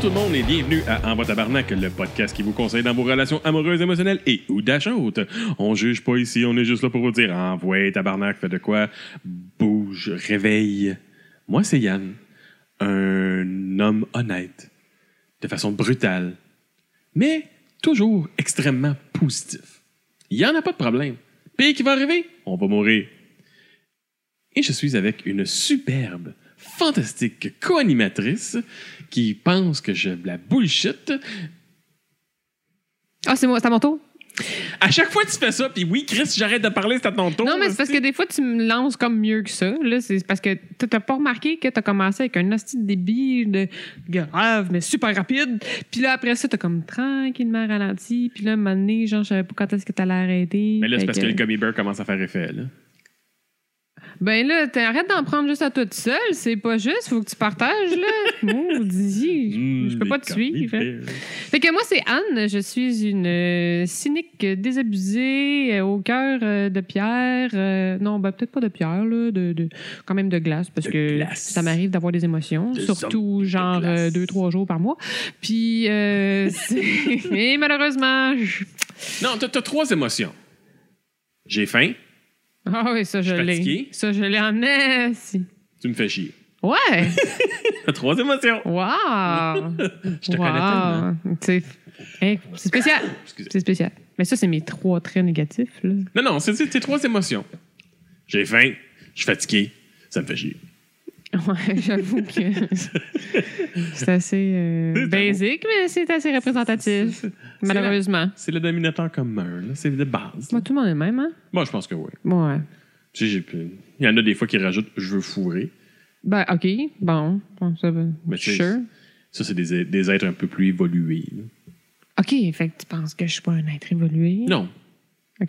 tout le monde et bienvenue à En bas tabarnak, le podcast qui vous conseille dans vos relations amoureuses, émotionnelles et ou d'achat-haute. On juge pas ici, on est juste là pour vous dire envoie tabarnak, fais de quoi, bouge, réveille. Moi, c'est Yann, un homme honnête, de façon brutale, mais toujours extrêmement positif. Il n'y en a pas de problème. Puis qui va arriver, on va mourir. Et je suis avec une superbe, fantastique co-animatrice qui pense que je la bullshit. Ah, c'est moi, c'est à mon tour? À chaque fois que tu fais ça, puis oui, Chris, j'arrête de parler, c'est à ton tour. Non, mais c'est parce que des fois, tu me lances comme mieux que ça. Là, c'est parce que t'as pas remarqué que t'as commencé avec un hostie de débit de grave, mais super rapide. Puis là, après ça, t'as comme tranquillement ralenti. Puis là, un moment donné, genre, je savais pas quand est-ce que t'allais arrêter. Mais là, c'est parce que le gummy bear commence à faire effet, là. Ben là, arrête d'en prendre juste à toi tout seul. C'est pas juste. Faut que tu partages, là. Maudit. Je peux pas te suivre. Fait que moi, c'est Anne. Je suis une cynique désabusée au cœur de pierre. Non, ben peut-être pas de pierre, là. Quand même de glace, parce que ça m'arrive d'avoir des émotions. Surtout, genre, 2-3 jours par mois. Puis, mais malheureusement... Non, t'as 3 émotions. J'ai faim. Ah oui, ça, je l'ai. Fatigué. Ça, je l'ai en si. Tu me fais chier. Ouais! T'as 3 émotions. Wow! Je te connais tellement. C'est spécial. Excusez. C'est spécial. Mais ça, c'est mes 3 traits négatifs. Là. Non, c'est 3 émotions. J'ai faim, je suis fatigué, ça me fait chier. Ouais, j'avoue que c'est assez basique, mais c'est assez représentatif, malheureusement. C'est le dominateur commun, là. C'est de base. Moi, tout le monde est le même, hein? Moi, je pense que oui. Ouais. Tu sais, il y en a des fois qui rajoutent « je veux fourrer Ben, OK. Bon, ça va. Mais tu sais, Sure. Ça, c'est des êtres un peu plus évolués. Là. OK, fait que tu penses que je suis pas un être évolué? Non. OK.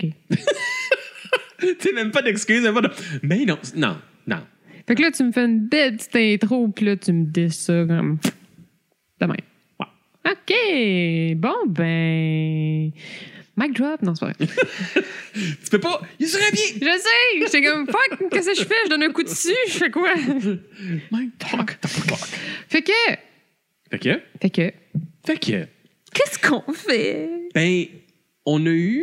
Tu sais, même pas d'excuses, même pas de... Mais non. Fait que là, tu me fais une belle petite intro, puis là, tu me dis ça comme... de même. Ouais. OK. Bon, ben... Mic drop? Non, c'est pas vrai. Tu peux pas... Il serait bien! Je sais! J'étais comme, fuck, qu'est-ce que je fais? Je donne un coup dessus? Je fais quoi? Mic talk. Fait que... Fait que... Qu'est-ce qu'on fait? Ben, on a eu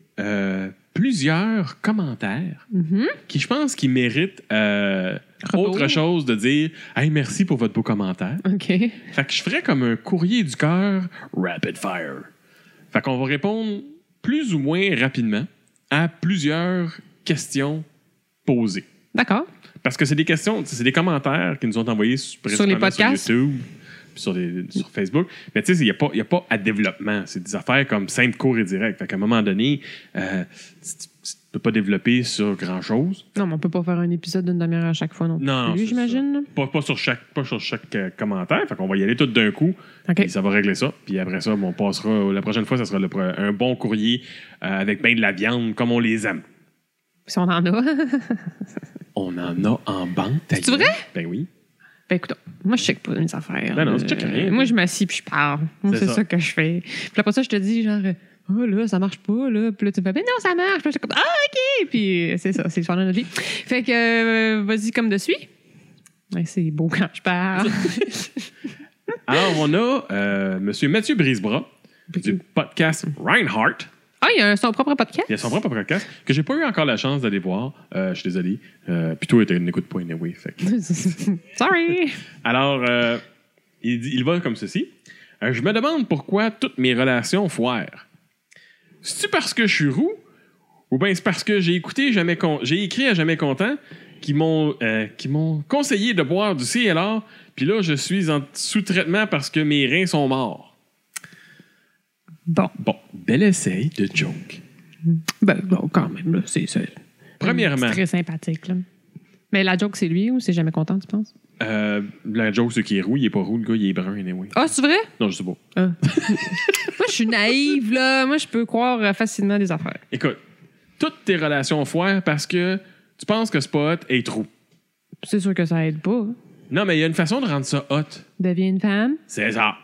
plusieurs commentaires qui, je pense, qui méritent autre chose de dire « Hey, merci pour votre beau commentaire. » OK. Fait que je ferais comme un courrier du cœur rapid fire. Fait qu'on va répondre plus ou moins rapidement à plusieurs questions posées. D'accord. Parce que c'est des questions, c'est des commentaires qui nous ont envoyés Sur les podcasts? sur YouTube, puis sur Facebook. Mais tu sais, il n'y a pas à développement. C'est des affaires comme simple, court et direct. Fait qu'à un moment donné, tu ne peux pas développer sur grand-chose. Non, mais on peut pas faire un épisode d'une demi-heure à chaque fois non plus, c'est j'imagine. Pas sur chaque commentaire. Fait qu'on va y aller tout d'un coup. OK. Puis ça va régler ça. Puis après ça, on passera... La prochaine fois, ça sera un bon courrier avec bien de la viande, comme on les aime. Si on en a. On en a en banque. C'est vrai? Ben oui. Ben écoute, moi je check pas mes affaires. Non, je check rien. Moi je m'assis puis je parle. Moi, c'est ça que je fais. Puis après ça, je te dis genre oh là, ça marche pas là. Puis là tu me fais ben non, ça marche. Puis là, je suis comme ah OK. Puis c'est ça, c'est l'histoire de notre vie. Fait que vas-y comme de suite. Ouais, c'est beau quand je parle. Alors on a monsieur Mathieu Brisebras du podcast Reinhardt. Ah, il a son propre podcast? Il a son propre podcast que j'ai pas eu encore la chance d'aller voir. Je suis désolé. Puis toi, tu n'écoutes pas anyway. Fait que... Sorry. Alors, il va comme ceci. Je me demande pourquoi toutes mes relations foirent. C'est-tu parce que je suis roux? Ou bien c'est parce que j'ai écrit à Jamais Content qui m'ont conseillé de boire du CLR, puis là, je suis en sous-traitement parce que mes reins sont morts. Bon, bel essai de joke. Ben, bon, quand même, là, c'est Premièrement. C'est très sympathique, là. Mais la joke, c'est lui ou c'est Jamais Content, tu penses? La joke, c'est qu'il est roux, il est pas roux, le gars, il est brun, anyway. Ah, c'est vrai? Non, je sais pas. Moi, je suis naïve, là. Moi, je peux croire facilement des affaires. Écoute, toutes tes relations foirent parce que tu penses que c'est pas hot être roux. C'est sûr que ça aide pas. Non, mais il y a une façon de rendre ça hot. Deviens une femme? C'est ça.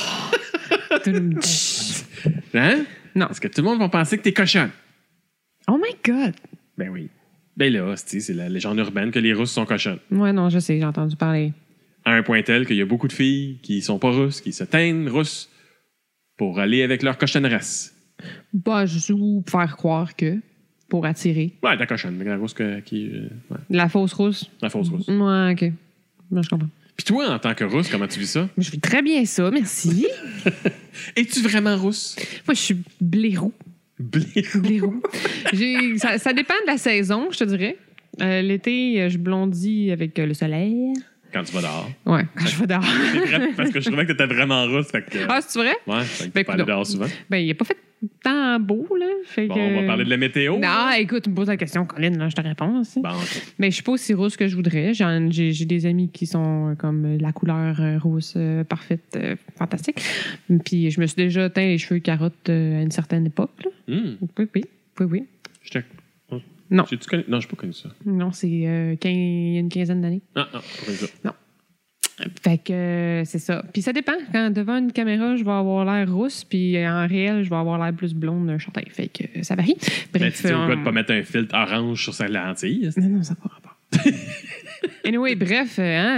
Non. Parce que tout le monde va penser que t'es cochonne. Oh my God. Ben oui. Ben là, c'est la légende urbaine que les Russes sont cochonnes. Ouais, non, je sais, j'ai entendu parler. à un point tel qu'il y a beaucoup de filles qui sont pas russes, qui se teignent russes pour aller avec leur cochonneresse. Bah, je vais faire croire que pour attirer. Ouais, la cochonne, mais la rousse qui... ouais. La fausse rousse. La fausse rousse. Ouais, OK. Moi, je comprends. Puis toi, en tant que rousse, comment tu vis ça? Je vis très bien ça, merci. Es-tu vraiment rousse? Moi, je suis blaireau. Blaireau. Ça dépend de la saison, je te dirais. L'été, je blondis avec le soleil. Quand tu vas dehors. Ouais, quand je vais dehors. C'est vrai, parce que je trouvais que t'étais vraiment rousse. Fait que, Ah, c'est vrai? ouais, fait que Ben, tu peux aller dehors souvent. Ben, il n'a pas fait tant beau, là. Fait Bon, que... on va parler de la météo. Non, écoute, tu me poses la question, Colin, là, je te réponds aussi. Bon, OK. Mais je suis pas aussi rousse que je voudrais. J'ai des amis qui sont comme la couleur rousse parfaite, fantastique. Puis je me suis déjà teint les cheveux carottes à une certaine époque. Là. Oui. Je t'ai... Non. Tu connais... Non, je n'ai pas connu ça. Non, c'est il y a une quinzaine d'années. Non, pas connu ça. Non. Fait que c'est ça. Puis ça dépend. Quand devant une caméra, je vais avoir l'air rousse, puis en réel, je vais avoir l'air plus blonde d'un chandail. Fait que ça varie. Bref, tu sais au gars de pas mettre un filtre orange sur sa lentille. Non, ça n'a pas rapport. Anyway, bref,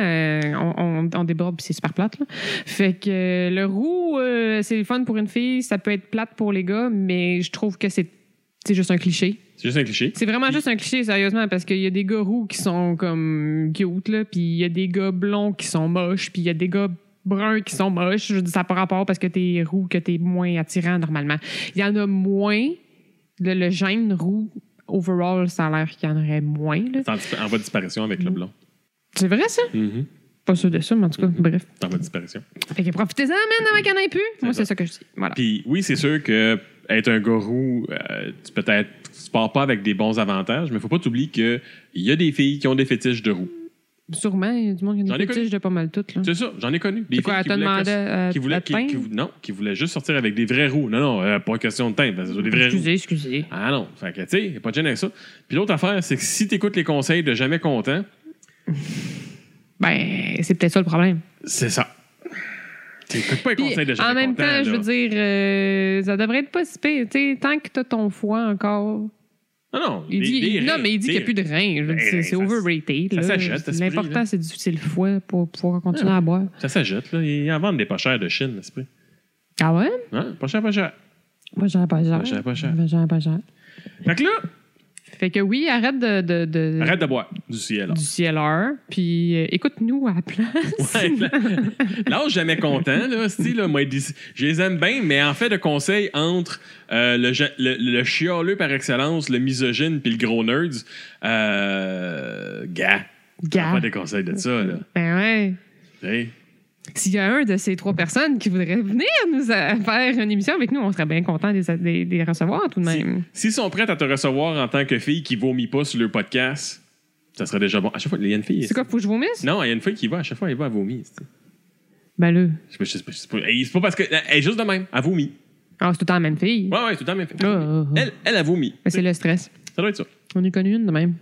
on déborde puis c'est super plate. Là. Fait que le roux, c'est le fun pour une fille, ça peut être plate pour les gars, mais je trouve que c'est juste un cliché. C'est juste un cliché. C'est vraiment juste un cliché, sérieusement, parce qu'il y a des gars roux qui sont comme cute, là, puis il y a des gars blonds qui sont moches, puis il y a des gars bruns qui sont moches. Je dis ça n'a pas rapport parce que t'es roux, que t'es moins attirant normalement. Il y en a moins. Le gène roux, overall, ça a l'air qu'il y en aurait moins. Là. C'est en voie de disparition avec le blond. C'est vrai, ça? Mm-hmm. Pas sûr de ça, mais en tout cas, bref. C'est en voie de disparition. Fait que profitez-en, man, avant qu'il n'y en ait plus. Moi, c'est ça que je dis. Voilà. Puis oui, c'est sûr que être un gars roux, tu pars pas avec des bons avantages, mais faut pas t'oublier qu'il y a des filles qui ont des fétiches de roux. Sûrement, il y a du monde qui a des fétiches de pas mal toutes. Là. C'est ça, j'en ai connu. Des c'est quoi, filles qui voulaient juste sortir avec des vrais roux. Non, pas question de teint, parce que c'est des vrais roux. Excusez. Ah non, fait que tu sais, il a pas de gêne avec ça. Puis l'autre affaire, c'est que si tu écoutes les conseils de jamais content, ben, c'est peut-être ça le problème. c'est ça. Tu n'écoutes pas les conseils de jamais content. En même temps, je veux dire, ça devrait être pas si pire. Tant que tu as ton foie encore. Non, mais il dit qu'il n'y a plus de reins. C'est overrated. Ça s'achète. L'important, c'est le foie pour pouvoir continuer à boire. Ça s'achète. Là. Ils en vendent des pas chers de Chine, l'esprit. Ah ouais? Hein? Pas cher. Pas cher. Fait que là... Fait que oui, arrête de arrête de boire du CLR. Du CLR. Puis écoute-nous à la place. Ouais, là, jamais content, là, style, là, moi, je les aime bien, mais en fait, de conseil entre le chialeux par excellence, le misogyne puis le gros nerds, gars. Pas des conseils de ça, là. Ben ouais. Hey. S'il y a un de ces 3 personnes qui voudrait venir nous faire une émission avec nous, on serait bien content de les recevoir tout de même. S'ils sont prêts à te recevoir en tant que fille qui vomit pas sur leur podcast, ça serait déjà bon. À chaque fois, il y a une fille. C'est quoi, faut que je vomisse? Non, il y a une fille qui va, à chaque fois, elle va à vomir. Ben là. C'est pas parce que. Elle est juste de même. Elle vomit. Ah, c'est tout le temps la même fille. Ouais, c'est tout le temps la même fille. Elle a vomi. Ben, c'est le stress. Ça doit être ça. On est connu une de même.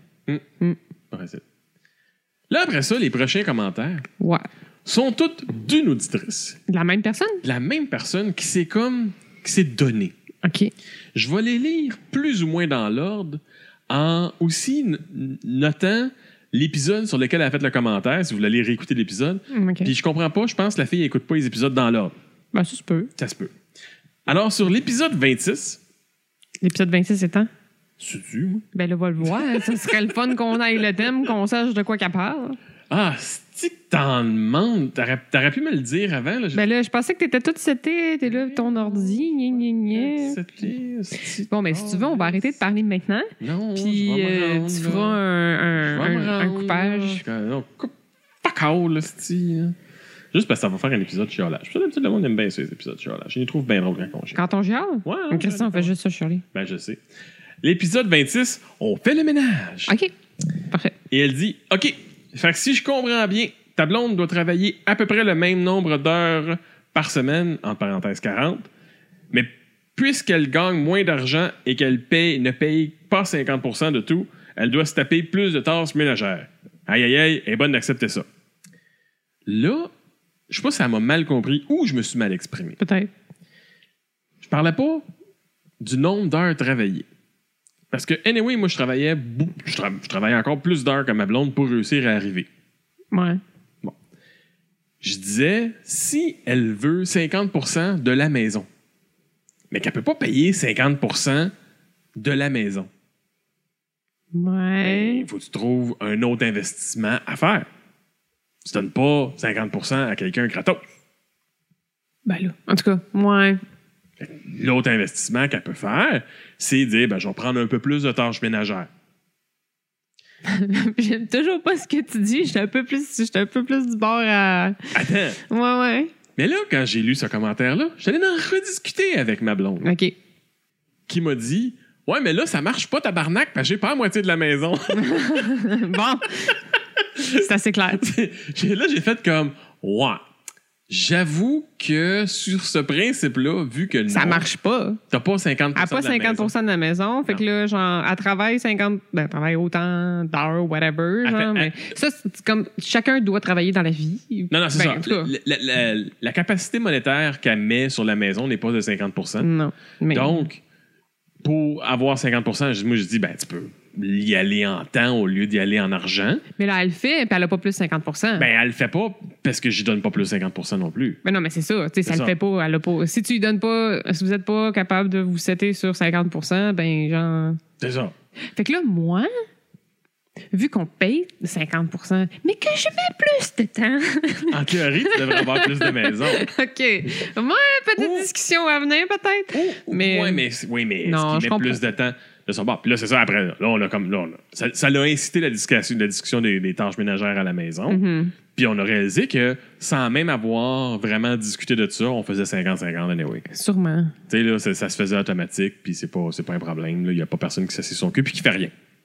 Là, après ça, les prochains commentaires. Ouais. Sont toutes d'une auditrice. De la même personne? La même personne qui s'est donnée. OK. Je vais les lire plus ou moins dans l'ordre en aussi notant l'épisode sur lequel elle a fait le commentaire, si vous voulez aller réécouter l'épisode. Okay. Puis je comprends pas, je pense que la fille n'écoute pas les épisodes dans l'ordre. Ben, ça se peut. Ça se peut. Alors, sur l'épisode 26... L'épisode 26 étant? C'est-tu, moi? Ben là, va le voir. Ça serait le fun qu'on aille le thème, qu'on sache de quoi qu'elle parle. Ah, c'est que t'en demandes. T'aurais pu me le dire avant. Là. Ben là, je pensais que t'étais toute setée. T'es là, ton ordi, Bon, mais si tu veux, on va arrêter de parler maintenant. Non, puis tu feras un coupage. Non, coupe pas cool, là, juste parce que ça va faire un épisode de chiolage. Puis ça, d'habitude, le monde aime bien ces épisodes de chiolage. Je les trouve bien drôles quand on chiale. Quand on chiale? Ouais. Christian, on fait juste ça, Shirley. Ben, je sais. L'épisode 26, on fait le ménage. OK. Parfait. Et elle dit, OK, fait que si je comprends bien, ta blonde doit travailler à peu près le même nombre d'heures par semaine, entre parenthèses 40, mais puisqu'elle gagne moins d'argent et qu'elle ne paye pas 50% de tout, elle doit se taper plus de tâches ménagères. Aïe, aïe, aïe, elle est bonne d'accepter ça. Là, je sais pas si elle m'a mal compris ou je me suis mal exprimé. Peut-être. Je parlais pas du nombre d'heures travaillées. Parce que, anyway, moi, je travaillais encore plus d'heures que ma blonde pour réussir à arriver. Ouais. Bon. je disais, si elle veut 50% de la maison, mais qu'elle peut pas payer 50% de la maison, Ouais. il faut que tu trouves un autre investissement à faire. Tu donnes pas 50% à quelqu'un gratos. Ben là, en tout cas, ouais. L'autre investissement qu'elle peut faire, c'est dire, je vais prendre un peu plus de tâches ménagères. J'aime toujours pas ce que tu dis. J'étais un peu plus du bord à... Attends. Ouais. Mais là, quand j'ai lu ce commentaire-là, j'allais en rediscuter avec ma blonde. OK. Qui m'a dit, ouais, mais là, ça marche pas, tabarnak, parce que j'ai pas la moitié de la maison. Bon. C'est assez clair. Là, j'ai fait comme, ouais. J'avoue que sur ce principe-là, vu que ça marche pas. T'as pas 50% elle n'a pas 50% de la maison. Fait que là, genre, elle travaille 50... elle travaille autant d'heures, whatever. Genre, mais ça, c'est comme... Chacun doit travailler dans la vie. Non, c'est ça. La capacité monétaire qu'elle met sur la maison n'est pas de 50%. Non. Mais... Donc, pour avoir 50%, moi, je dis, tu peux y aller en temps au lieu d'y aller en argent. Mais là, elle le fait, puis elle n'a pas plus 50%. Elle le fait pas parce que je donne pas plus 50% non plus. Mais non, mais c'est ça. Tu sais, ça le fait pas, elle a pas. Si tu lui donnes pas, si vous n'êtes pas capable de vous setter sur 50%, genre. C'est ça. Fait que là, moi, vu qu'on paye 50%, mais que je mets plus de temps. En théorie, tu devrais avoir plus de maisons. OK. Moi, petite discussion à venir, peut-être. Mais... Oui, mais non, est-ce qu'il met plus de temps de son bord? Puis là, c'est ça, après, là, on a comme... ça l'a incité la discussion des tâches ménagères à la maison. Mm-hmm. Puis on a réalisé que, sans même avoir vraiment discuté de ça, on faisait 50-50 anyway. Sûrement. Tu sais, là, ça se faisait automatique, puis c'est pas un problème. Il n'y a pas personne qui s'assied son cul puis qui fait rien.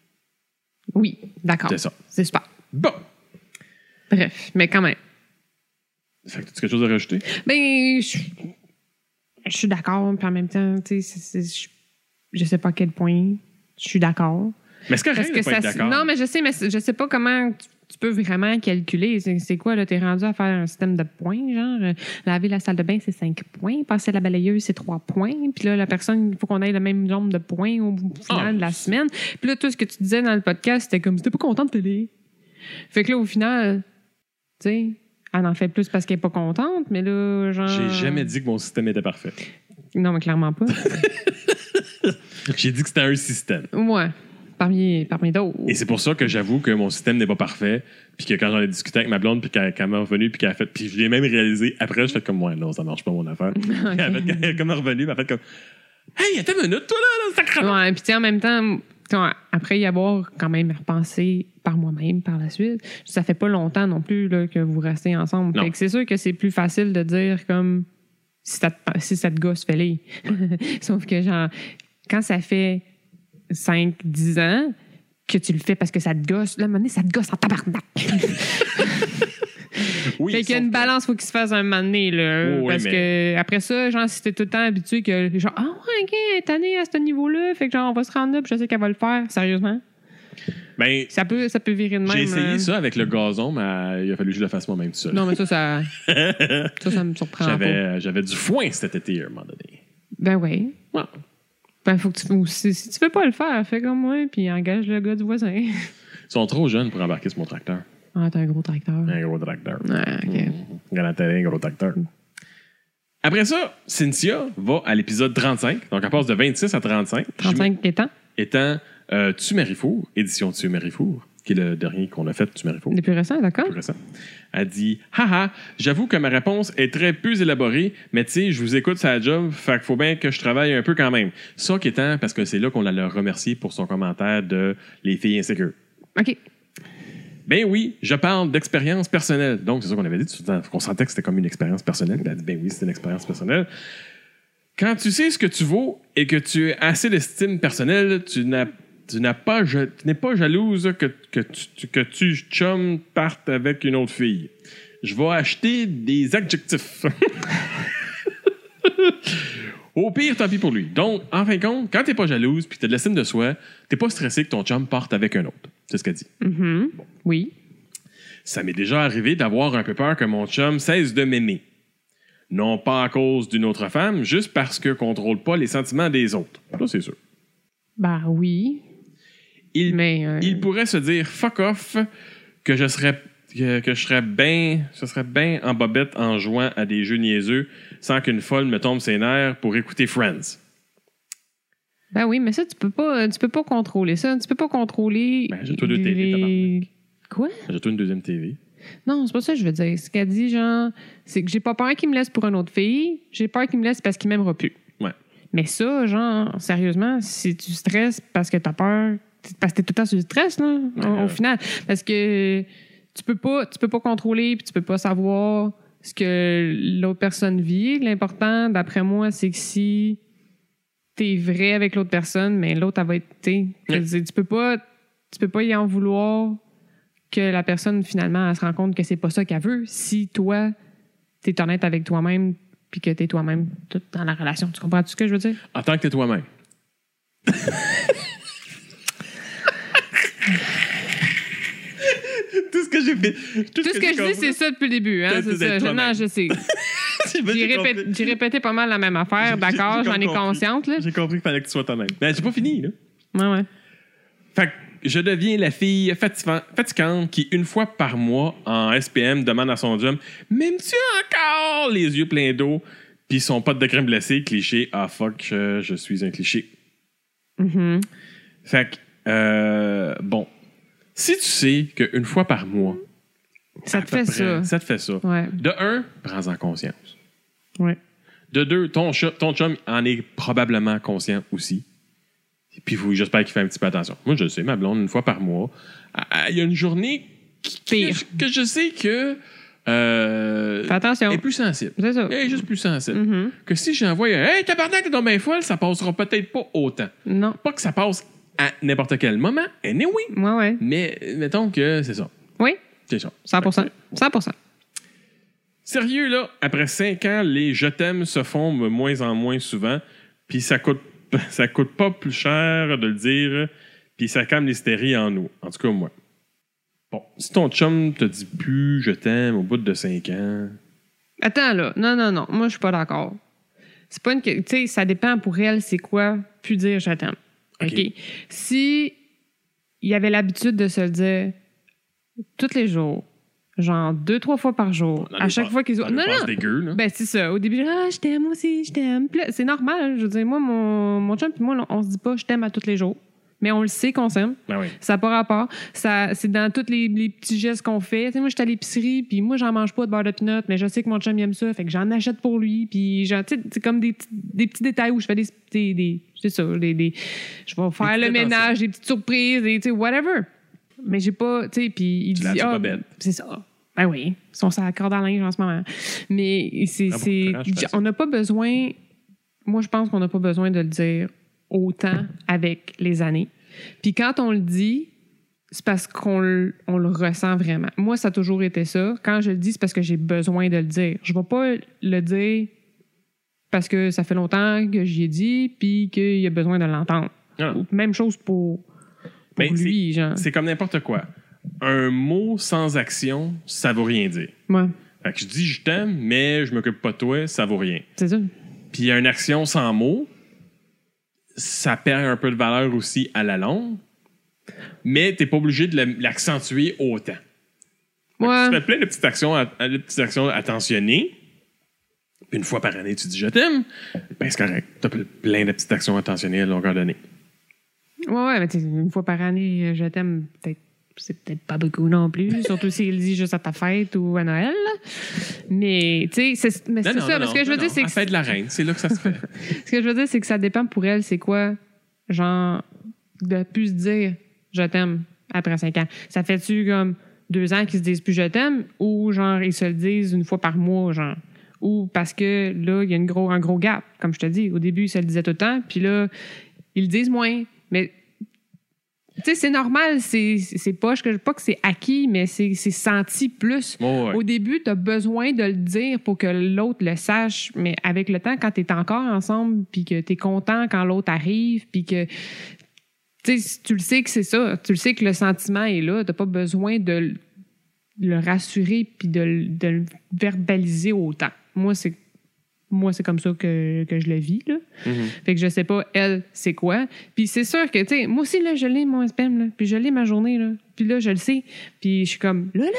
Oui, d'accord. C'est ça. C'est super. Bon. Bref, mais quand même. Fait que tu as quelque chose à rajouter? Je suis d'accord, puis en même temps, tu sais, je sais pas à quel point je suis d'accord. Mais c'est correct de pas être d'accord. Non, mais je sais pas comment tu peux vraiment calculer. C'est quoi, là? T'es rendu à faire un système de points, genre, laver la salle de bain, c'est 5 points, passer la balayeuse, c'est 3 points, puis là, la personne, il faut qu'on ait le même nombre de points au final de la semaine. Puis là, tout ce que tu disais dans le podcast, c'était comme, c'était pas content de télé. Fait que là, au final, tu sais, elle en fait plus parce qu'elle est pas contente, mais là, genre... J'ai jamais dit que mon système était parfait. Non, mais clairement pas. J'ai dit que c'était un système. Ouais. Parmi d'autres. Et c'est pour ça que j'avoue que mon système n'est pas parfait, puis que quand j'en ai discuté avec ma blonde, puis qu'elle m'est revenue, puis qu'elle a fait, puis je l'ai même réalisé après, je fais comme, ouais, non, ça marche pas mon affaire. Okay. Elle est comme revenue, elle a fait comme, hey, attends une minute, toi là, sacrément. Ouais, puis en même temps, après y avoir quand même repensé par moi-même par la suite, ça fait pas longtemps non plus là, que vous restez ensemble. Fait que c'est sûr que c'est plus facile de dire comme, si ça te gosse, fais-les. Sauf que genre, quand ça fait 5-10 ans que tu le fais parce que ça te gosse. Là, à un moment donné, ça te gosse en tabarnak. Oui, fait qu'il y a une balance, il faut qu'il se fasse un moment donné. Là, parce que après ça, genre, si t'es tout le temps habitué que, genre, ouais, OK, elle est tannée à ce niveau-là, fait que genre, on va se rendre là, puis je sais qu'elle va le faire, sérieusement. Ça peut virer de même. J'ai essayé ça avec le gazon, mais il a fallu que je le fasse moi-même tout seul. Non, mais ça me surprend pas. J'avais du foin cet été, à un moment donné. Ben oui. Ouais. Faut que si tu veux pas le faire, fais comme moi, puis engage le gars du voisin. Ils sont trop jeunes pour embarquer sur mon tracteur. Ah, t'as un gros tracteur. Un gros tracteur. Ah, OK. Grand terrain, gros tracteur. Après ça, Cynthia va à l'épisode 35. Donc, elle passe de 26 à 35. 35 étant Tu Marifour, édition Tu Marifour, qui est le dernier qu'on a fait, Tu Marifour. Le plus récent, d'accord? Le plus récent. Elle dit haha, j'avoue que ma réponse est très peu élaborée, mais tu sais, je vous écoute sur la job, fait qu'il faut bien que je travaille un peu quand même. Ça qui étant, parce que c'est là qu'on l'a remercié pour son commentaire de les filles insécures. OK. Ben oui, je parle d'expérience personnelle. Donc, c'est ça qu'on avait dit, qu'on sentait que c'était comme une expérience personnelle. Elle a dit, ben oui, c'est une expérience personnelle. Quand tu sais ce que tu vaux et que tu as assez d'estime personnelle, tu n'es pas jalouse que tu chum partes avec une autre fille. Je vais acheter des adjectifs. Au pire, tant pis pour lui. Donc, en fin de compte, quand t'es pas jalouse puis t'as de l'estime de soi, t'es pas stressé que ton chum parte avec un autre. C'est ce qu'elle dit. Mm-hmm. Bon. Oui. Ça m'est déjà arrivé d'avoir un peu peur que mon chum cesse de m'aimer. Non pas à cause d'une autre femme, juste parce que contrôle pas les sentiments des autres. Ça, c'est sûr. Ben oui. Il pourrait se dire fuck off que je serais que je serais bien... Ce serait bien en bobette en jouant à des jeux niaiseux sans qu'une folle me tombe ses nerfs pour écouter Friends. Ben oui, mais ça, tu peux pas contrôler ça. Tu peux pas contrôler... Ben, j'ai-toi deux TV, tabarnak. Quoi? J'ai-toi une deuxième TV. Non, c'est pas ça que je veux dire. Ce qu'elle dit, genre, c'est que j'ai pas peur qu'il me laisse pour une autre fille. J'ai peur qu'il me laisse parce qu'il m'aimera plus. Ouais. Mais ça, genre, sérieusement, si tu stresses parce que t'as peur, parce que t'es tout le temps sur le stress, là, au final. Parce que tu peux pas contrôler puis tu peux pas savoir ce que l'autre personne vit. L'important, d'après moi, c'est que si t'es vrai avec l'autre personne, mais l'autre, elle va être... Tu peux pas y en vouloir que la personne, finalement, elle se rend compte que c'est pas ça qu'elle veut si toi, t'es honnête avec toi-même puis que t'es toi-même tout dans la relation. Tu comprends tout ce que je veux dire? En tant que t'es toi-même. Tout ce que j'ai fait... Tout ce que je dis, c'est ça depuis le début. Hein? C'est ça. Non, je sais. J'ai répété pas mal la même affaire. D'accord, j'en ai consciente. Là. J'ai compris qu'il fallait que tu sois toi-même. Mais j'ai pas fini, là. Ouais. Fait que je deviens la fille fatigante qui, une fois par mois, en SPM, demande à son chum « M'aimes-tu encore? » Les yeux pleins d'eau. Puis son pote de crème glacée, cliché. Ah, fuck, je suis un cliché. Mm-hmm. Fait que, bon. Si tu sais qu'une fois par mois... Ça te fait ça. Ça te fait ça. Ouais. De un, prends-en conscience. Ouais. De deux, ton chum en est probablement conscient aussi. Puis j'espère qu'il fait un petit peu attention. Moi, je le sais, ma blonde, une fois par mois, il y a une journée que je sais que fais attention. est plus sensible. C'est ça. Elle est juste plus sensible. Mm-hmm. Que si j'envoie « Hey, tabarnak, t'es donc bien folle », ça passera peut-être pas autant. Non. Pas que ça passe à n'importe quel moment, anyway. Ouais. Mais mettons que c'est ça. Oui. C'est ça. 100%. 100%. Sérieux, là, après 5 ans, les « je t'aime » se font de moins en moins souvent, puis ça coûte pas plus cher de le dire, puis ça calme l'hystérie en nous. En tout cas, moi. Bon, si ton chum te dit plus « je t'aime » au bout de 5 ans... Attends, là. Non. Moi, je suis pas d'accord. C'est pas une... Tu sais, ça dépend pour elle, c'est quoi, plus dire « je t'aime ». OK. Si il avait l'habitude de se le dire tous les jours, genre 2-3 fois par jour, à chaque fois qu'ils ont... Non. Dégueu, là. Ben, c'est ça. Au début, je t'aime aussi, je t'aime. Puis là, c'est normal. Je veux dire, moi, mon chum puis moi, là, on se dit pas je t'aime à tous les jours. Mais on le sait qu'on s'aime. Ben oui. Ça n'a pas rapport. C'est dans tous les petits gestes qu'on fait. Tu sais, moi, je suis à l'épicerie, puis moi, j'en mange pas de beurre de pinot, mais je sais que mon chum il aime ça, fait que j'en achète pour lui. Puis, genre, tu sais, c'est comme des petits détails où je fais des c'est ça, je vais faire le ménage, des petites surprises, tu sais, whatever. Mais j'ai pas, tu sais, puis il dit, c'est ça. Ben oui, ils sont sur la corde à linge en ce moment. Mais on n'a pas besoin, moi, je pense qu'on n'a pas besoin de le dire autant avec les années. Puis quand on le dit, c'est parce qu'on le ressent vraiment. Moi, ça a toujours été ça. Quand je le dis, c'est parce que j'ai besoin de le dire. Je ne vais pas le dire parce que ça fait longtemps que j'y ai dit puis qu'il a besoin de l'entendre. Ah. Même chose pour lui. Genre. C'est comme n'importe quoi. Un mot sans action, ça vaut rien dire. Ouais. Fait que je dis « je t'aime », mais je m'occupe pas de toi, ça vaut rien. C'est ça. Puis une action sans mots, ça perd un peu de valeur aussi à la longue, mais t'es pas obligé de l'accentuer autant. Ouais. Tu fais plein de petites actions attentionnées, puis une fois par année, tu dis « je t'aime », ben c'est correct. T'as plein de petites actions attentionnées à longueur d'année. Ouais, mais une fois par année, je t'aime, c'est peut-être pas beaucoup non plus, surtout s'il dit juste à ta fête ou à Noël. Mais, tu sais, c'est ça. Ce que je veux dire, c'est que... À la fête de la reine, c'est là que ça se fait. Ce que je veux dire, c'est que ça dépend pour elle, c'est quoi, genre, de plus se dire « je t'aime » après 5 ans. Ça fait-tu comme 2 ans qu'ils se disent plus « je t'aime » ou genre, ils se le disent une fois par mois, genre? Ou parce que là, il y a un gros gap, comme je te dis. Au début, ils se le disaient tout le temps, puis là, ils le disent moins. Mais... Tu sais, c'est normal, c'est pas que c'est acquis, mais c'est senti plus. Oh ouais. Au début, tu as besoin de le dire pour que l'autre le sache, mais avec le temps, quand tu es encore ensemble, puis que tu es content quand l'autre arrive, puis que tu sais, tu le sais que c'est ça, tu le sais que le sentiment est là, tu n'as pas besoin de le rassurer puis de le verbaliser autant. Moi, c'est comme ça que je le vis, là. Mm-hmm. Fait que je sais pas, elle, c'est quoi. Puis c'est sûr que, tu sais, moi aussi, là, je l'ai, mon SPM, là. Puis je l'ai ma journée, là. Puis là, je le sais. Puis je suis comme, là,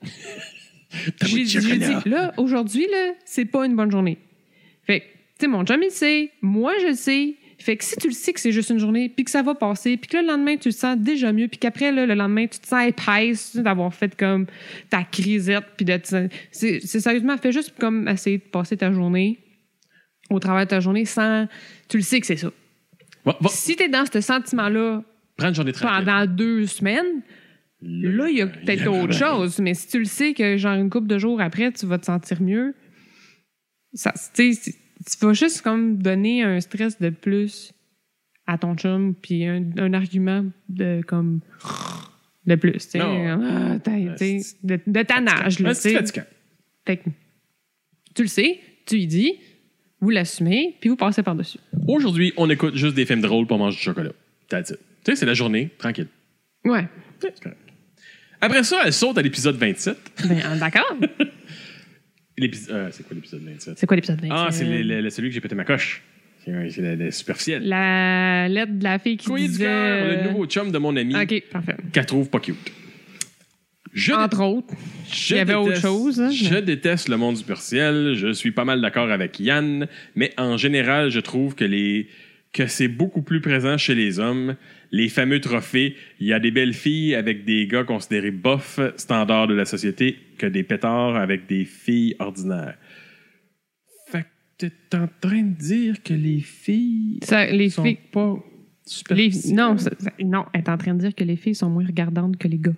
J'ai dit, là, aujourd'hui, là, c'est pas une bonne journée. Fait que, tu sais, mon chum, il sait. Moi, je le sais. Fait que si tu le sais que c'est juste une journée, puis que ça va passer, puis que le lendemain, tu te sens déjà mieux, puis qu'après, là, le lendemain, tu te sens épaisse d'avoir fait comme ta crisette, puis de c'est sérieusement, fais juste comme essayer de passer ta journée au travers de ta journée sans... Tu le sais que c'est ça. Si t'es dans ce sentiment-là prends une journée tranquille pendant 2 semaines, là, il y a peut-être autre chose. Mais si tu le sais que, genre, une couple de jours après, tu vas te sentir mieux, ça, tu sais, tu vas juste comme donner un stress de plus à ton chum, puis un argument de comme de plus, tu sais, de tannage. Là, c'est fatigant. Fait que tu le sais, tu lui dis, vous l'assumez, puis vous passez par-dessus. Aujourd'hui, on écoute juste des films drôles pour manger du chocolat. That's it. Tu sais, c'est la journée, tranquille. Ouais. C'est correct. Après ça, elle saute à l'épisode 27. Ben, d'accord. C'est quoi l'épisode 27? C'est quoi l'épisode 27? Ah, c'est celui que j'ai pété ma coche. C'est la superficielle. La lettre de la fille qui disait... Le nouveau chum de mon ami. OK, parfait. Qu'elle trouve pas cute. Entre autres. Il y avait autre chose. Hein, je déteste le monde superficiel. Je suis pas mal d'accord avec Yann. Mais en général, je trouve que c'est beaucoup plus présent chez les hommes. Les fameux trophées, il y a des belles filles avec des gars considérés bof, standards de la société, que des pétards avec des filles ordinaires. Fait que t'es en train de dire que les filles sont pas superficielles? Non, elle est en train de dire que les filles sont moins regardantes que les gars.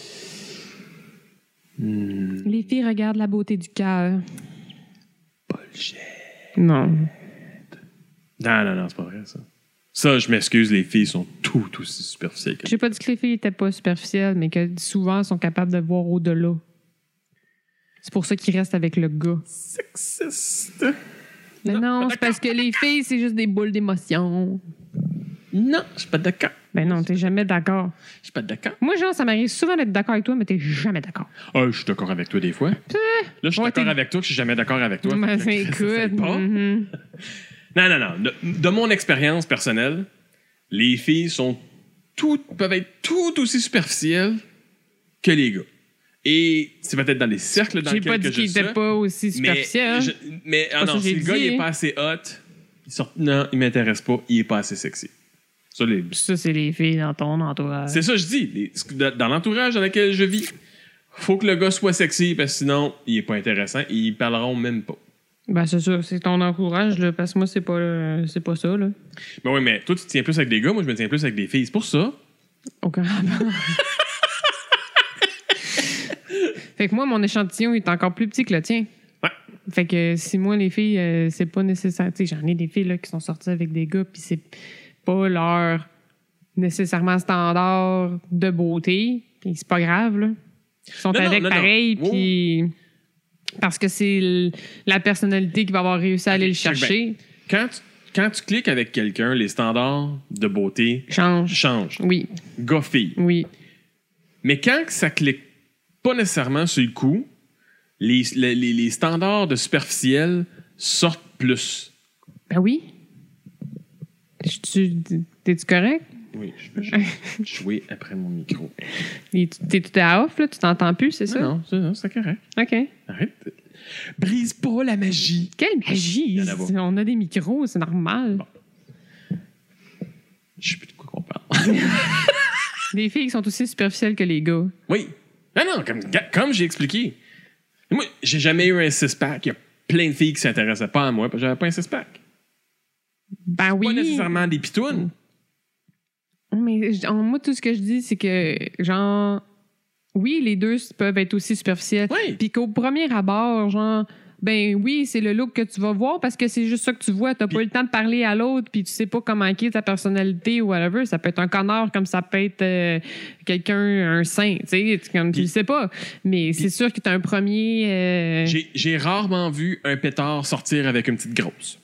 Les filles regardent la beauté du cœur. Bullshit. Non. Non, c'est pas vrai, ça. Ça, je m'excuse, les filles sont tout aussi superficielles que... J'ai pas dit que les filles étaient pas superficielles, mais que souvent, elles sont capables de voir au-delà. C'est pour ça qu'ils restent avec le gars. Sexiste. Mais non, c'est parce que les filles, c'est juste des boules d'émotion. Non, je suis pas d'accord. Ben non, t'es jamais d'accord. Je suis pas d'accord. Moi, genre, ça m'arrive souvent d'être d'accord avec toi, mais t'es jamais d'accord. Ah, je suis d'accord avec toi des fois. Là, je suis d'accord avec toi, que je suis jamais d'accord avec toi. Ben, écoute. Non. De mon expérience personnelle, les filles peuvent être tout aussi superficielles que les gars. Et c'est peut-être dans les cercles dans lesquels je suis. J'ai pas dit qu'il était pas aussi superficiel. Mais non, si le gars il est pas assez hot, non, il m'intéresse pas, il est pas assez sexy. Ça, c'est les filles dans ton entourage. C'est ça que je dis. Dans l'entourage dans lequel je vis, faut que le gars soit sexy, parce que sinon, il est pas intéressant. Ils parleront même pas. Ben, c'est ça. C'est ton entourage, là, parce que moi, c'est pas ça, là. Ben oui, mais toi, tu te tiens plus avec des gars, moi, je me tiens plus avec des filles. C'est pour ça. Aucun rapport. Fait que moi, mon échantillon est encore plus petit que le tien. Ouais. Fait que si moi, les filles, c'est pas nécessaire. Tu sais, j'en ai des filles là, qui sont sorties avec des gars, puis c'est pas leur nécessairement standard de beauté. Puis c'est pas grave, là. Ils sont pareil, puis... Parce que c'est la personnalité qui va avoir réussi à aller le chercher. Quand tu cliques avec quelqu'un, les standards de beauté changent. Oui. Gars-fille. Oui. Mais quand ça clique pas nécessairement sur le coup, les standards de superficiel sortent plus. Ben oui. T'es-tu correct? Oui, je vais jouer après mon micro. T'es tout à off, là? Tu t'entends plus, c'est ça? Non, c'est correct. OK. Arrête. Brise pas la magie. Quelle magie? On a des micros, c'est normal. Bon. Je sais plus de quoi qu'on parle. Les filles sont aussi superficielles que les gars. Oui. Non, comme j'ai expliqué. Moi, j'ai jamais eu un six-pack. Il y a plein de filles qui s'intéressaient pas à moi parce que j'avais pas un six-pack. Ben oui. Pas nécessairement des pitounes. Mais moi, tout ce que je dis, c'est que, genre, oui, les deux peuvent être aussi superficiels. Oui. Puis qu'au premier abord, genre, ben oui, c'est le look que tu vas voir parce que c'est juste ça que tu vois. T'as pas eu le temps de parler à l'autre, puis tu sais pas comment est ta personnalité ou whatever. Ça peut être un connard comme ça peut être quelqu'un, un saint, tu sais, comme tu le sais pas. Mais c'est sûr que t'as un premier... J'ai rarement vu un pétard sortir avec une petite grosse.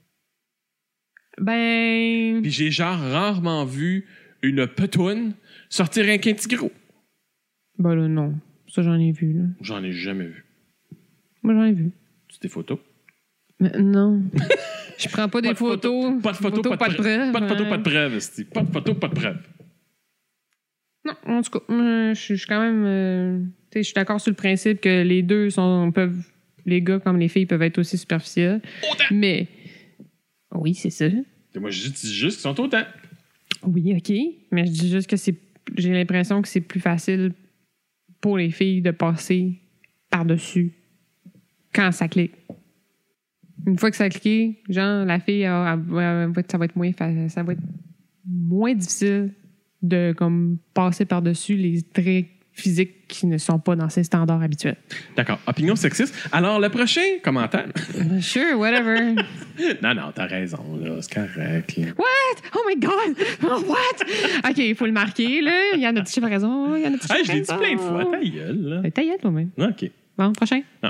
Ben... Puis j'ai genre rarement vu une petoune sortir avec un petit gros. Ben là, non. Ça, j'en ai vu, là. J'en ai jamais vu. Moi, j'en ai vu. C'est des photos? Mais non. Je prends pas des photos. Pas de photos, pas de preuves. Pas de photos, pas de preuves. Pas de photos, pas de preuves. Non, en tout cas, je suis quand même... Je suis d'accord sur le principe que les deux peuvent. Les gars comme les filles peuvent être aussi superficiels. Autant! Mais. Oui, c'est ça. Moi, je dis juste qu'ils sont autant. Oui, OK. Mais je dis juste que j'ai l'impression que c'est plus facile pour les filles de passer par-dessus quand ça clique. Une fois que ça a cliqué, genre, la fille, ça va être moins difficile de comme passer par-dessus les traits physiques qui ne sont pas dans ses standards habituels. D'accord. Opinion sexiste. Alors, le prochain commentaire. Sure, whatever. Non, t'as raison, là. C'est correct. Là. What? Oh my God! Oh, what? OK, il faut le marquer, là. Il y en a-tu raison? Il y en a-tu Hey, je l'ai dit plein de fois. Ta gueule, là. Ta gueule, toi-même. OK. Bon, prochain. Non.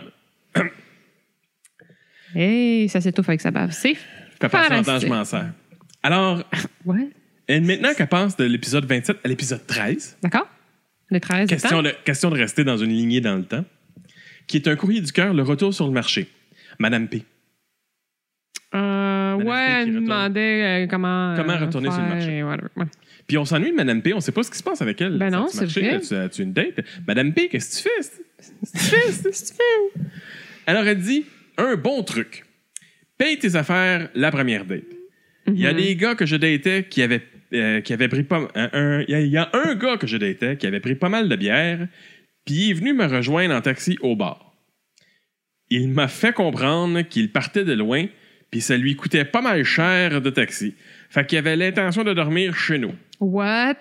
Hey, ça s'étouffe avec sa bave. C'est Fais pas longtemps, fantastique. je m'en sers. Alors, Ouais. maintenant qu'elle passe de l'épisode 27 à l'épisode 13, D'accord? Le 13 question de rester dans une lignée dans le temps, qui est un courrier du cœur, le retour sur le marché. Madame P. Ouais, elle nous demandait comment retourner sur le marché. Ouais. Puis on s'ennuie de Madame P, on sait pas ce qui se passe avec elle. Ben non, Ça a-tu c'est marché? vrai. As-tu une date? Madame P, qu'est-ce que tu fais? Alors elle dit, un bon truc. Paye tes affaires la première date. Il y a des gars que je datais qui avaient pris pas... Il y a un gars que je datais qui avait pris pas mal de bière, puis il est venu me rejoindre en taxi au bar. Il m'a fait comprendre qu'il partait de loin, puis ça lui coûtait pas mal cher de taxi. Fait qu'il avait l'intention de dormir chez nous. What?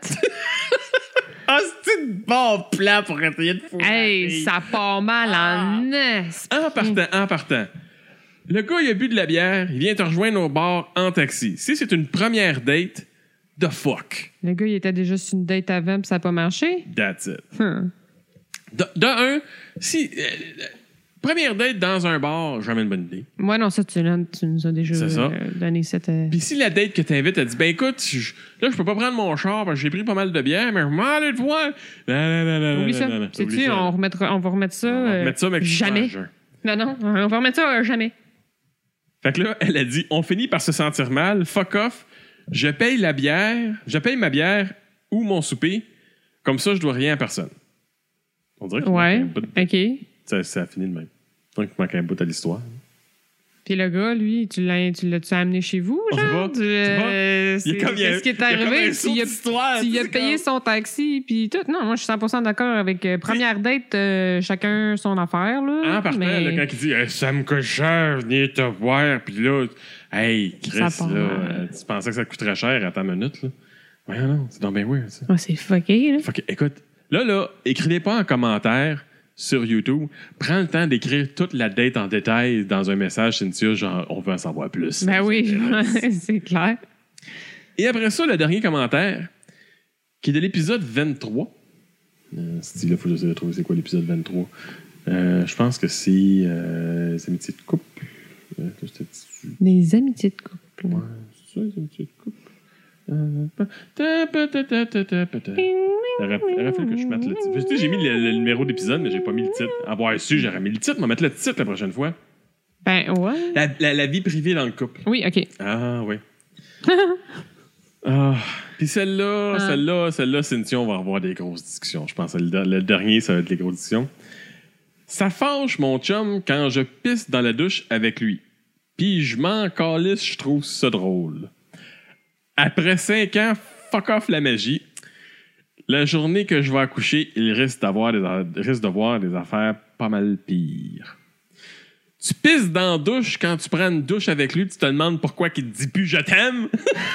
Ah, c'est un bon plan pour essayer de foutre. Hey, ça part mal en nest. En partant. Le gars, il a bu de la bière, il vient te rejoindre au bar en taxi. Si c'est une première date, the fuck. Le gars, il était déjà sur une date avant puis ça n'a pas marché? That's it. Hmm. De un, si... première date dans un bar, jamais une bonne idée. Moi, non, ça, tu nous as déjà donné cette... Puis si la date que t'invites, elle dit, ben écoute, là, je peux pas prendre mon char parce que j'ai pris pas mal de bière, mais je m'en aller te voir. Oublie ça. Sais-tu, on va remettre ça... On va remettre ça, mais jamais. Non, on va remettre ça jamais. Fait que là, elle a dit, on finit par se sentir mal, fuck off, je paye ma bière ou mon souper, comme ça, je dois rien à personne. On dirait qu'il manque un bout de... OK. Ça a fini de même. Donc, il manque un bout à l'histoire. Puis le gars, lui, tu l'as-tu amené chez vous, genre? Qu'est-ce qui est arrivé? Tu a payé son taxi, puis tout. Non, moi, je suis 100% d'accord avec première date, chacun son affaire, là. En partant, là, quand il dit hey, « ça me coûte cher, venir te voir », puis là, « Hey, Chris, là, tu pensais que ça coûterait cher à ta minute, là? » Ouais, non, c'est donc bien weird, ça. Oh, c'est fucké, là. Écoute, là, écrivez pas en commentaire sur YouTube. Prends le temps d'écrire toute la date en détail dans un message, Cynthia, genre, on veut en savoir plus. Ben oui, c'est clair. Et après ça, le dernier commentaire, qui est de l'épisode 23. Là, il faut que j'essaie de trouver c'est quoi l'épisode 23. Je pense que c'est les amitiés de couple. Les amitiés de couple. Ouais, c'est ça, les amitiés de couple. Il aurait fallu que je mette le titre. Tu sais, j'ai mis le numéro d'épisode, mais j'ai pas mis le titre. Avoir su, j'aurais mis le titre. On va mettre le titre la prochaine fois. Ben, ouais. La vie privée dans le couple. Oui, OK. Ah, oui. Puis celle-là, Cynthia, on va avoir des grosses discussions. Je pense que le dernier, ça va être les grosses discussions. Ça fâche mon chum quand je pisse dans la douche avec lui. Puis je m'en calisse, je trouve ça drôle. Après 5 ans, fuck off la magie. La journée que je vais accoucher, il risque de voir des affaires pas mal pires. Tu pisses dans la douche quand tu prends une douche avec lui, tu te demandes pourquoi il te dit plus « je t'aime ».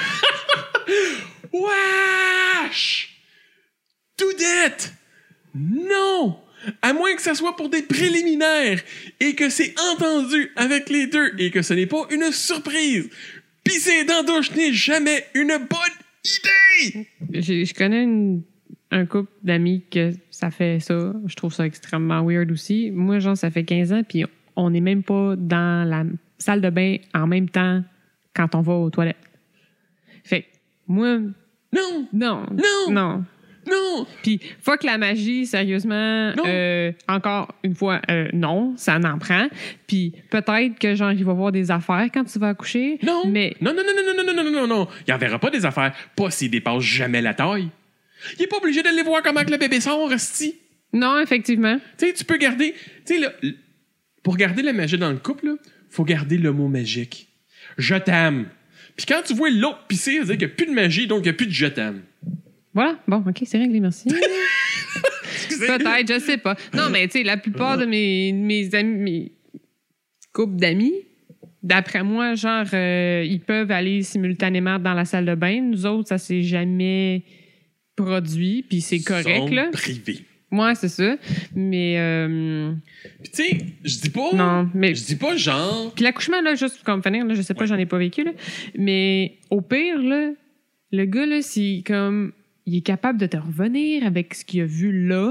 Wesh! Do that! Non! À moins que ça soit pour des préliminaires et que c'est entendu avec les deux et que ce n'est pas une surprise. Pisser dans la douche n'est jamais une bonne idée! Je connais un couple d'amis que ça fait ça. Je trouve ça extrêmement weird aussi. Moi, genre, ça fait 15 ans, puis on n'est même pas dans la salle de bain en même temps quand on va aux toilettes. Fait que, moi... Non! Puis, fuck la magie, sérieusement. Encore une fois, non, ça n'en prend. Puis, peut-être que, genre, il va voir des affaires quand tu vas accoucher. Non! Mais... Non. Il n'enverra pas des affaires. Pas s'il dépasse jamais la taille. Il est pas obligé d'aller voir comment que le bébé sort, esti. Non, effectivement. Tu sais, tu peux garder... Tu sais, là, pour garder la magie dans le couple, il faut garder le mot magique. Je t'aime. Puis quand tu vois l'autre pisser, ça veut dire qu'il n'y a plus de magie, donc il n'y a plus de je t'aime. Voilà. Bon, OK, c'est réglé, merci. Excusez. Peut-être, je sais pas. Non, mais tu sais, la plupart de mes amis, mes couples d'amis, d'après moi, genre, ils peuvent aller simultanément dans la salle de bain. Nous autres, ça s'est jamais produit, puis c'est correct, là. Privé. Ouais, c'est ça. Mais... Puis tu sais, je dis pas... Non, mais... Je dis pas genre... Puis l'accouchement, là, juste comme finir, là, je sais pas, j'en ai pas vécu, là. Mais au pire, là, le gars, là, c'est comme... Il est capable de te revenir avec ce qu'il a vu là,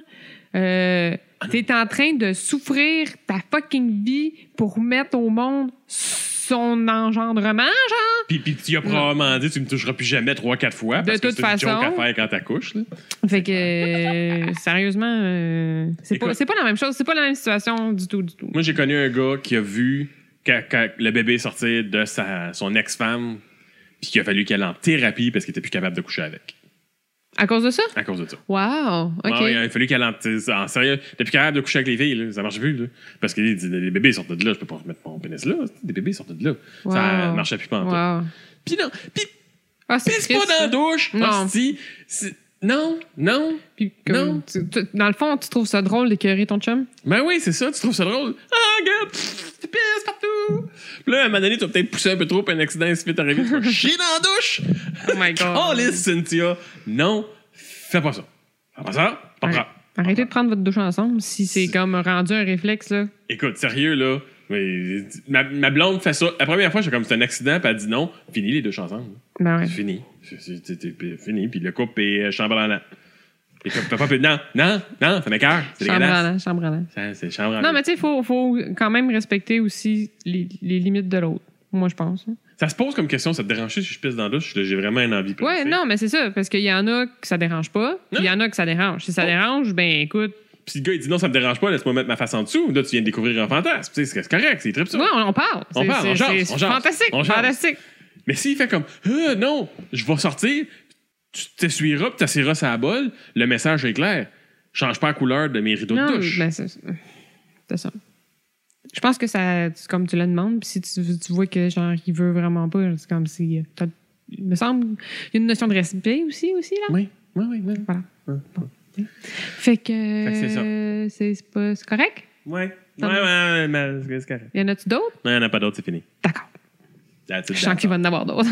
genre. T'es en train de souffrir ta fucking vie pour mettre au monde son engendrement, genre. Puis tu as probablement dit tu me toucheras plus jamais 3-4 fois. Parce De toute que c'est une joke façon. à faire quand t'accouches. Là. Fait que, sérieusement, c'est pas la même chose. C'est pas la même situation du tout. Moi, j'ai connu un gars qui a vu quand le bébé sortait de son ex-femme, puis qu'il a fallu qu'elle aille en thérapie parce qu'il était plus capable de coucher avec. À cause de ça? À cause de ça. Wow, OK. Ouais, il a fallu qu'elle en sérieux. T'es plus capable de coucher avec les filles, là. Ça marche plus, là. Parce que les bébés sortent de là, je peux pas remettre mon pénis là. Des bébés sortent de là. Wow. Ça marchait plus pas en tout. Puis non, puis c'est pisse triste, pas dans ça. la douche, Non. hostie. Non. Puis, comme, Non. Dans le fond, tu trouves ça drôle d'écœurer ton chum? Ben oui, c'est ça, tu trouves ça drôle. Ah, regarde, tu pisses partout. Puis là, à un moment donné, tu vas peut-être pousser un peu trop, puis un accident se fait arriver, tu vas chier dans la douche. Oh my God. Oh, lisse, Cynthia. Non, fais pas ça. Fais pas ça. Pas grave. Arrêtez de prendre votre douche ensemble si c'est comme rendu un réflexe, là. Écoute, sérieux, là. Mais ma blonde fait ça. La première fois, j'ai comme c'est un accident, puis elle dit non. Fini les douches ensemble. Ben ouais. C'est fini. C'est fini. Puis le couple est chambranlant. Et comme, pas plus. Non, ça m'écoeure. C'est dégueulasse. Chambranlant. C'est chambranlant. Non, mais tu sais, il faut quand même respecter aussi les limites de l'autre. Moi, je pense. Ça se pose comme question, ça te dérange si je pisse dans la douche? J'ai vraiment une envie. Ouais, non, mais c'est ça. Parce qu'il y en a que ça dérange pas, puis il y en a que ça dérange. Si ça dérange, ben écoute. Puis le gars, il dit non, ça me dérange pas, laisse-moi mettre ma face en dessous. Là, tu viens de découvrir un fantasme. Tu sais, c'est correct, c'est très ça. Ouais, on parle. On parle, on jase, C'est fantastique. on jase. Fantastique. Mais s'il fait comme non, je vais sortir, tu t'essuieras puis t'assieras sur la bolle, le message est clair. Change pas la couleur de mes rideaux de douche. Ben c'est ça. Je pense que ça, c'est comme tu le demandes, puis si tu vois que genre il veut vraiment pas, c'est comme si il me semble il y a une notion de respect aussi là. Oui. Voilà. Ouais. Fait que c'est correct? Ouais, mais c'est correct. Y en a-tu d'autres? Non, il n'y en a pas d'autres, c'est fini. D'accord. That's it, Je sens qu'il va en avoir d'autres.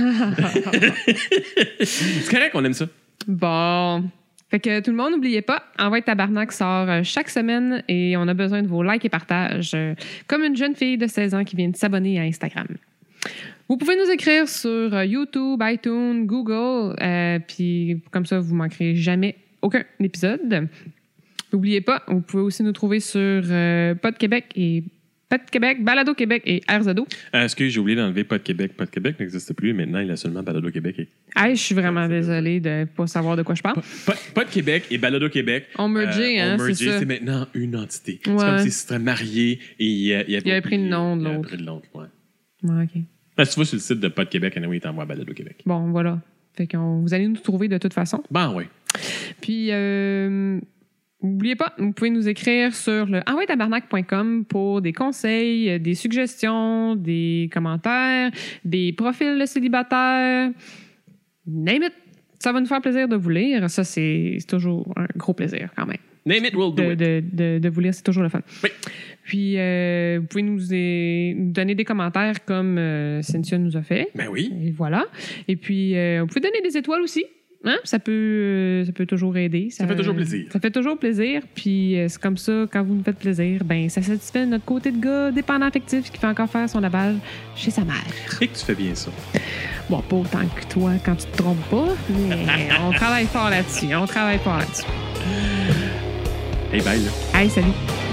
C'est correct, on aime ça. Bon. Fait que tout le monde, n'oubliez pas, Envoie Tabarnak sort chaque semaine et on a besoin de vos likes et partages, comme une jeune fille de 16 ans qui vient de s'abonner à Instagram. Vous pouvez nous écrire sur YouTube, iTunes, Google, puis comme ça, vous ne manquerez jamais aucun épisode. N'oubliez pas, vous pouvez aussi nous trouver sur Pod Québec, Balado Québec et RZO. Est-ce que j'ai oublié d'enlever Pod Québec? Pod Québec n'existe plus. Maintenant, il y a seulement Balado Québec. Je suis vraiment désolée de ne pas savoir de quoi je parle. Pod Québec et Balado Québec ont mergé, c'est ça. C'est maintenant une entité. Ouais. C'est comme s'ils seraient mariés et il avait pris le nom de l'autre. Il avait pris le nom, ouais. Ouais, OK. Si tu vas sur le site de Pod Québec, anyway, il t'envoie Balado Québec. Bon, voilà. Fait que vous allez nous trouver de toute façon. Ben oui. Puis, n'oubliez pas, vous pouvez nous écrire sur le envoyetabarnak.com pour des conseils, des suggestions, des commentaires, des profils de célibataires. Name it. Ça va nous faire plaisir de vous lire. Ça, c'est toujours un gros plaisir quand même. Name it, we'll do it. De vous lire, c'est toujours le fun. Oui. Puis, vous pouvez nous donner des commentaires comme Cynthia nous a fait. Ben oui. Et voilà. Et puis, vous pouvez donner des étoiles aussi. Hein? Ça peut toujours aider. Ça fait toujours plaisir. Ça fait toujours plaisir. Puis, c'est comme ça, quand vous nous faites plaisir, ben ça satisfait notre côté de gars dépendant affectif qui fait encore faire son lavage chez sa mère. Et que tu fais bien ça. Bon, pas autant que toi quand tu te trompes pas, mais on travaille fort là-dessus. Hey, bye, là. Hey, salut.